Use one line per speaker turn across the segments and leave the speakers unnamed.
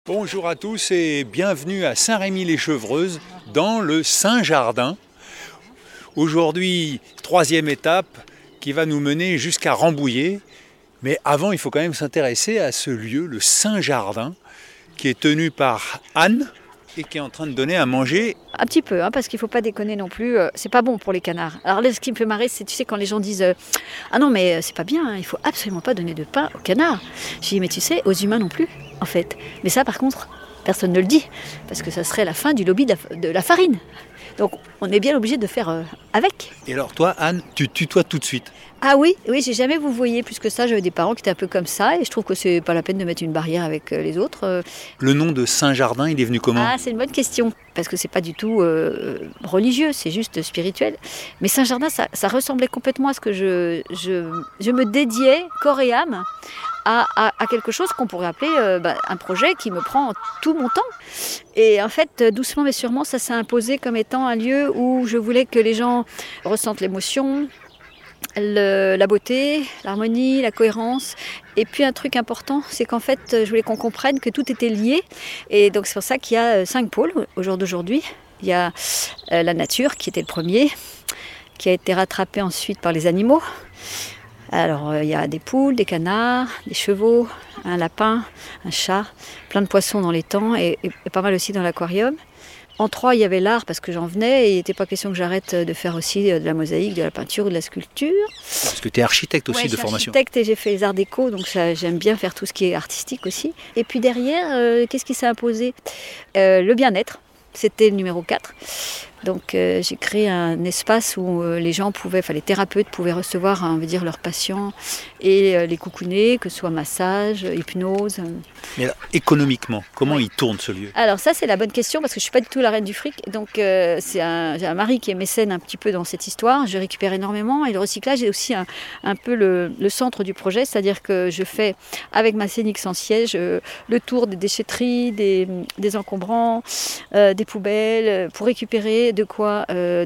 Bonjour à tous et bienvenue à Saint-Rémy-les-Chevreuses dans le Saint-Jardin. Aujourd'hui, troisième étape qui va nous mener jusqu'à Rambouillet. Mais avant, il faut quand même s'intéresser à ce lieu, le Saint-Jardin, qui est tenu par Anne et qui est en train de donner à manger.
Un petit peu, parce qu'il ne faut pas déconner non plus, c'est pas bon pour les canards. Alors là, ce qui me fait marrer, c'est, tu sais, quand les gens disent ah non, mais c'est pas bien, il faut absolument pas donner de pain aux canards. Je dis, mais tu sais, aux humains non plus, en fait. Mais ça, par contre, personne ne le dit, parce que ça serait la fin du lobby de la farine. Donc, on est bien obligé de faire avec.
Et alors toi, Anne, tu tutoies tout de suite.
Ah oui, j'ai jamais vous voyez plus que ça. J'avais des parents qui étaient un peu comme ça, et je trouve que c'est pas la peine de mettre une barrière avec les autres.
Le nom de Saint-Jardin, il est venu comment ?
Ah, c'est une bonne question, parce que c'est pas du tout religieux, c'est juste spirituel. Mais Saint-Jardin, ça ressemblait complètement à ce que je me dédiais corps et âme à quelque chose qu'on pourrait appeler un projet qui me prend tout mon temps. Et en fait, doucement mais sûrement, ça s'est imposé comme étant un lieu où je voulais que les gens ressentent l'émotion, la beauté, l'harmonie, la cohérence. Et puis un truc important, c'est qu'en fait, je voulais qu'on comprenne que tout était lié. Et donc c'est pour ça qu'il y a 5 pôles au jour d'aujourd'hui. Il y a la nature qui était le premier, qui a été rattrapé ensuite par les animaux. Alors il y a des poules, des canards, des chevaux, un lapin, un chat, plein de poissons dans l'étang et pas mal aussi dans l'aquarium. En 3, il y avait l'art parce que j'en venais et il n'était pas question que j'arrête de faire aussi de la mosaïque, de la peinture ou de la sculpture.
Parce que tu es architecte aussi de formation.
Je suis architecte et j'ai fait les arts déco, donc j'aime bien faire tout ce qui est artistique aussi. Et puis derrière, qu'est-ce qui s'est imposé ? Le bien-être, c'était le numéro 4. Donc j'ai créé un espace où les gens les thérapeutes pouvaient recevoir, on va dire, leurs patients et les coucouner, que ce soit massage, hypnose.
Mais alors, économiquement, comment il tourne ce lieu ?
Alors ça, c'est la bonne question parce que je ne suis pas du tout la reine du fric. Donc j'ai un mari qui est mécène un petit peu dans cette histoire. Je récupère énormément et le recyclage est aussi un peu le centre du projet. C'est-à-dire que je fais avec ma scénique sans siège le tour des déchetteries, des encombrants, des poubelles pour récupérer de quoi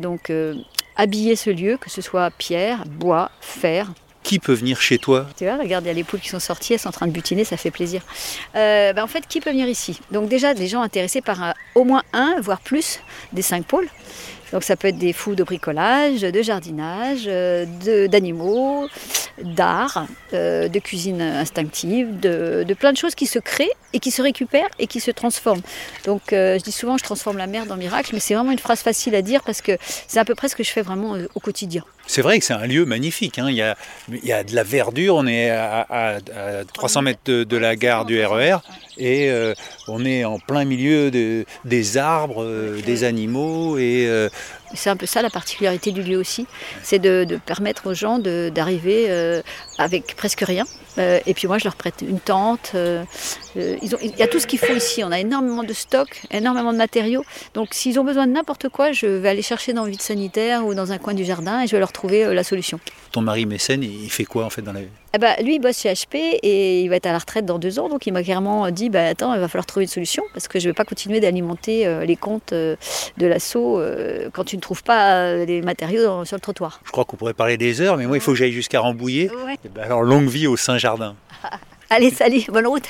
habiller ce lieu, que ce soit pierre, bois, fer.
Qui peut venir chez toi ?
Tu vois, regarde, il y a les poules qui sont sorties, elles sont en train de butiner, ça fait plaisir. En fait, qui peut venir ici ? Donc déjà, des gens intéressés par au moins un, voire plus, des 5 pôles. Donc ça peut être des fous de bricolage, de jardinage, d'animaux, d'art, de cuisine instinctive, de plein de choses qui se créent et qui se récupèrent et qui se transforment. Donc je dis souvent je transforme la merde en miracle, mais c'est vraiment une phrase facile à dire parce que c'est à peu près ce que je fais vraiment au quotidien.
C'est vrai que c'est un lieu magnifique, hein. Il y a de la verdure, on est à 300 mètres de la gare du RER et on est en plein milieu des arbres, des animaux et...
C'est un peu ça la particularité du lieu aussi, c'est de permettre aux gens d'arriver avec presque rien. Et puis moi je leur prête une tente, il y a tout ce qu'il faut ici, on a énormément de stock, énormément de matériaux. Donc s'ils ont besoin de n'importe quoi, je vais aller chercher dans le vide sanitaire ou dans un coin du jardin et je vais leur trouver la solution.
Ton mari mécène, il fait quoi en fait dans la vie ?
Lui il bosse chez HP et il va être à la retraite dans 2 ans, donc il m'a clairement dit attends, il va falloir trouver une solution parce que je ne vais pas continuer d'alimenter les comptes de l'assaut quand tu ne trouves pas les matériaux sur le trottoir.
Je crois qu'on pourrait parler des heures, mais moi il faut que j'aille jusqu'à Rambouillet.
Ouais.
Alors longue vie au Saint-Jardin.
Allez, salut, bonne route.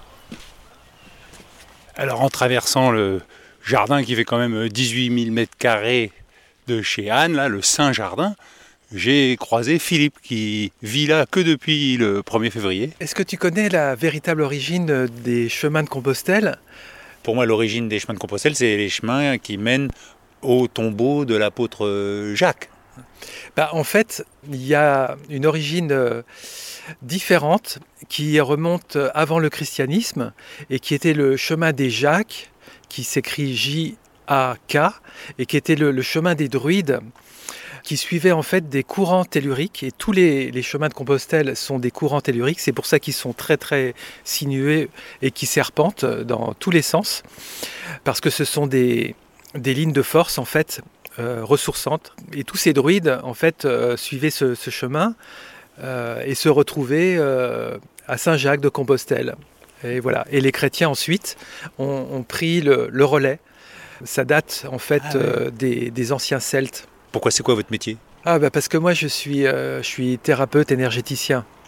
Alors en traversant le jardin qui fait quand même 18 000 m² de chez Anne, là, le Saint-Jardin, j'ai croisé Philippe qui vit là que depuis le 1er février.
Est-ce que tu connais la véritable origine des chemins de Compostelle ?
Pour moi, l'origine des chemins de Compostelle, c'est les chemins qui mènent au tombeau de l'apôtre Jacques.
En fait, il y a une origine différente qui remonte avant le christianisme et qui était le chemin des Jacques, qui s'écrit J-A-K, et qui était le chemin des druides, qui suivaient en fait des courants telluriques, et tous les chemins de Compostelle sont des courants telluriques, c'est pour ça qu'ils sont très très sinueux et qui serpentent dans tous les sens, parce que ce sont des lignes de force en fait ressourçantes, et tous ces druides en fait suivaient ce chemin et se retrouvaient à Saint-Jacques de Compostelle. Et voilà. Et les chrétiens ensuite ont pris le relais. Ça date en fait des anciens Celtes.
Pourquoi, c'est quoi votre métier ?
Parce que moi je suis thérapeute énergéticien.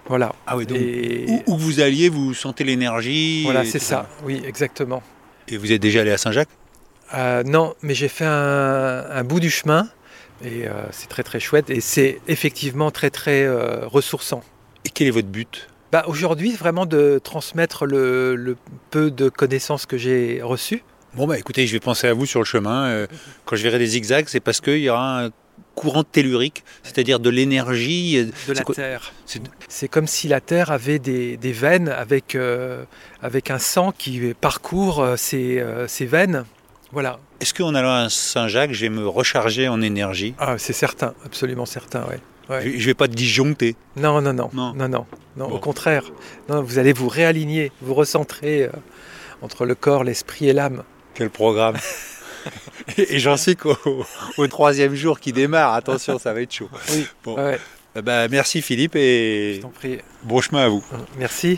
Voilà.
Ah oui, donc
Et
où vous alliez, vous sentez l'énergie.
voilà,
et
c'est
tout
ça. Oui, exactement.
Et vous êtes déjà allé à Saint-Jacques?
Non, mais j'ai fait un bout du chemin et c'est très très chouette et c'est effectivement très très ressourçant.
Et quel est votre but?
Aujourd'hui, vraiment de transmettre le peu de connaissances que j'ai reçues.
Bon bah écoutez, je vais penser à vous sur le chemin. Quand je verrai des zigzags, c'est parce qu'il y aura un courant tellurique, c'est-à-dire de l'énergie.
De la
C'est quoi?
Terre.
C'est-
C'est comme si la Terre avait des veines avec un sang qui parcourt ces veines. Voilà.
Est-ce qu'en allant à Saint-Jacques, je vais me recharger en énergie?
Ah, c'est certain, absolument certain, ouais. Ouais.
Je ne vais pas disjoncter.
Non,
Non. Bon.
au contraire. Non, vous allez vous réaligner, vous recentrer entre le corps, l'esprit et l'âme.
Quel programme. Et j'en suis qu'au troisième jour qui démarre. Attention, ça va être chaud.
Oui.
Bon.
Ouais,
Merci Philippe et
je t'en prie.
bon chemin à vous.
Merci.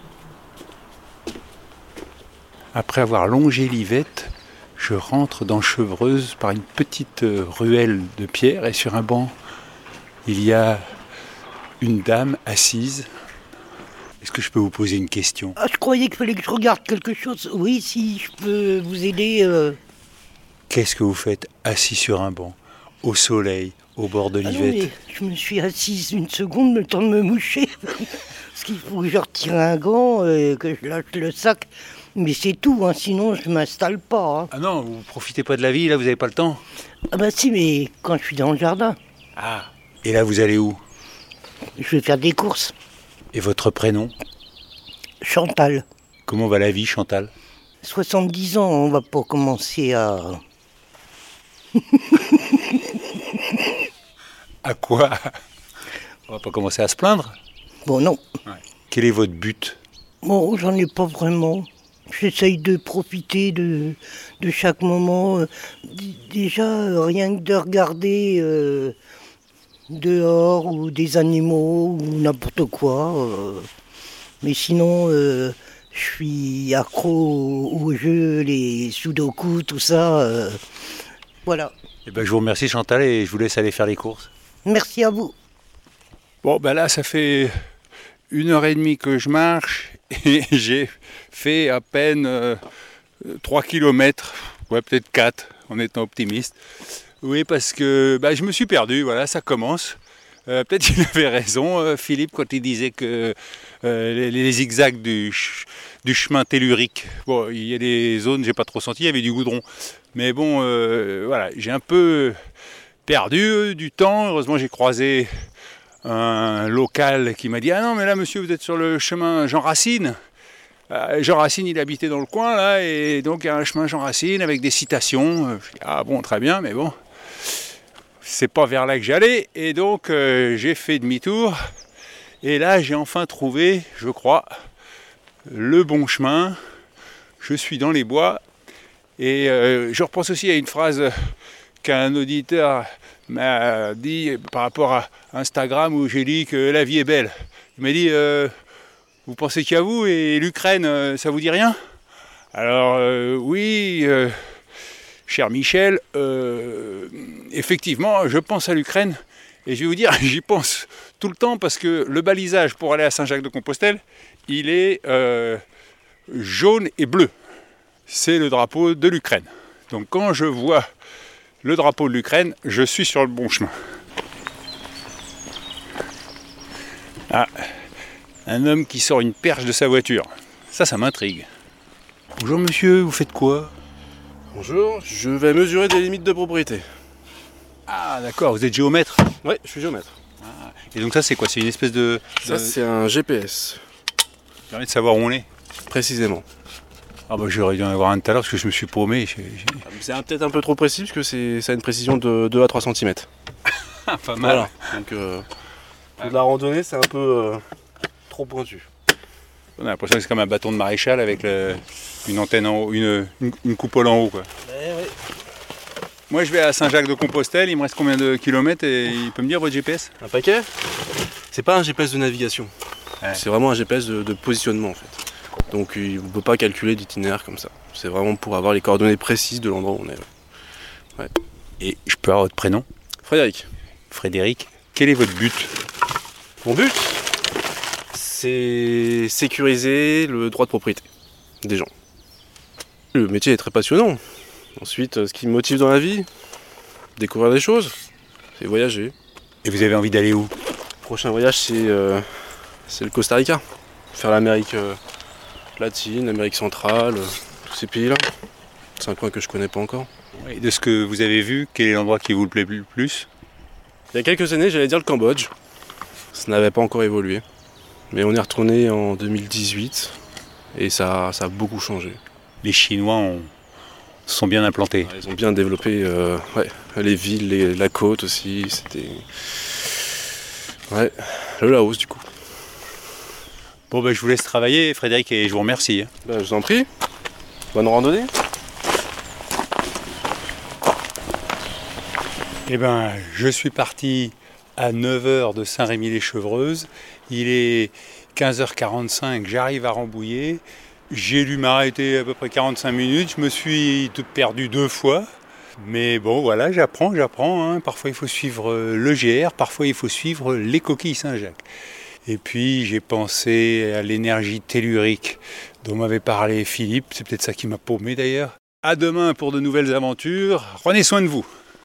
Après avoir longé l'Yvette, je rentre dans Chevreuse par une petite ruelle de pierre et sur un banc, il y a une dame assise. Est-ce que je peux vous poser une question?
Ah, je croyais qu'il fallait que je regarde quelque chose. Oui, si je peux vous aider.
Qu'est-ce que vous faites assis sur un banc, au soleil, au bord de
Ah non,
l'Yvette?
mais je me suis assise une seconde, le temps de me moucher. Parce qu'il faut que je retire un gant, que je lâche le sac. Mais c'est tout, hein, sinon je m'installe pas. Hein.
Ah non, vous profitez pas de la vie, là, vous n'avez pas le temps.
Ah bah si, mais quand je suis dans le jardin,
Ah. Et là, vous allez où?
je vais faire des courses.
Et votre prénom?
Chantal,
Comment va la vie, Chantal?
70 ans, on va pas commencer à...
À quoi? On va pas commencer à se plaindre.
Bon, non.
Quel est votre but?
Bon, j'en ai pas vraiment. J'essaye de profiter de chaque moment. Déjà, rien que de regarder dehors ou des animaux ou n'importe quoi. Mais sinon, je suis accro aux jeux, les sudoku, tout ça. Voilà.
Eh ben, je vous remercie, Chantal, et je vous laisse aller faire les courses.
Merci à vous.
Bon, ben là, ça fait 1h30 que je marche et j'ai fait à peine 3 km, ouais, peut-être 4 en étant optimiste. Oui, parce que je me suis perdu, voilà, ça commence. Peut-être qu'il avait raison, Philippe, quand il disait que les zigzags du chemin tellurique, bon, il y a des zones, j'ai pas trop senti, il y avait du goudron. Mais bon, voilà, j'ai un peu perdu du temps. Heureusement, j'ai croisé un local qui m'a dit « Ah non, mais là, monsieur, vous êtes sur le chemin Jean Racine ». Jean Racine, il habitait dans le coin, là, et donc il y a un chemin Jean Racine avec des citations. Je dis, ah bon, très bien, mais bon, c'est pas vers là que j'allais. Et donc, j'ai fait demi-tour. Et là, j'ai enfin trouvé, je crois, le bon chemin. Je suis dans les bois. Et je repense aussi à une phrase qu'un auditeur m'a dit par rapport à Instagram où j'ai dit que la vie est belle. Il m'a dit... vous pensez qu'à vous et l'Ukraine, ça vous dit rien? Alors oui, cher Michel, effectivement, je pense à l'Ukraine et je vais vous dire, j'y pense tout le temps parce que le balisage pour aller à Saint-Jacques-de-Compostelle, il est jaune et bleu. C'est le drapeau de l'Ukraine. Donc quand je vois le drapeau de l'Ukraine, je suis sur le bon chemin. Ah. Un homme qui sort une perche de sa voiture. Ça m'intrigue. Bonjour monsieur, vous faites quoi?
Bonjour, je vais mesurer des limites de propriété.
Ah d'accord, vous êtes géomètre.
Ouais, je suis géomètre.
Et donc ça c'est quoi? C'est une espèce de...
Ça c'est un GPS,
Ça permet de savoir où on est.
précisément.
Ah bah j'aurais dû en avoir un tout à l'heure parce que je me suis paumé.
C'est peut-être un peu trop précis parce que ça a une précision de 2 à 3 cm.
Ah, pas mal.
Voilà, donc pour de la randonnée c'est un peu trop pointu.
On a l'impression que c'est comme un bâton de maréchal avec une antenne en haut, une coupole en haut, quoi. Moi je vais à Saint-Jacques-de-Compostelle, il me reste combien de kilomètres et il peut me dire votre GPS?
Un paquet? C'est pas un GPS de navigation,
Ouais.
c'est vraiment un GPS de positionnement en fait. Donc on ne peut pas calculer d'itinéraire comme ça. C'est vraiment pour avoir les coordonnées précises de l'endroit où on est. Ouais.
Et je peux avoir votre prénom?
Frédéric,
Frédéric. Quel est votre but?
mon but? c'est sécuriser le droit de propriété des gens. Le métier est très passionnant. Ensuite, ce qui me motive dans la vie, découvrir des choses, c'est voyager.
Et vous avez envie d'aller où?
Le prochain voyage, c'est le Costa Rica. Faire l'Amérique latine, l'Amérique centrale, tous ces pays-là. C'est un coin que je connais pas encore.
Et de ce que vous avez vu, quel est l'endroit qui vous plaît le plus?
Il y a quelques années, j'allais dire le Cambodge. Ça n'avait pas encore évolué. Mais on est retourné en 2018 et ça a beaucoup changé.
Les Chinois sont bien implantés.
Ils ont bien développé les villes, la côte aussi. C'était le Laos du coup.
Bon, je vous laisse travailler, Frédéric, et je vous remercie.
Je vous en prie. Bonne randonnée.
Je suis parti à 9h de Saint-Rémy-les-Chevreuses. Il est 15h45, j'arrive à Rambouillet. J'ai dû m'arrêter à peu près 45 minutes. Je me suis perdu 2 fois. Mais bon, voilà, j'apprends. Parfois, il faut suivre le GR, parfois, il faut suivre les coquilles Saint-Jacques. Et puis, j'ai pensé à l'énergie tellurique dont m'avait parlé Philippe. C'est peut-être ça qui m'a paumé d'ailleurs. À demain pour de nouvelles aventures. Prenez soin de vous.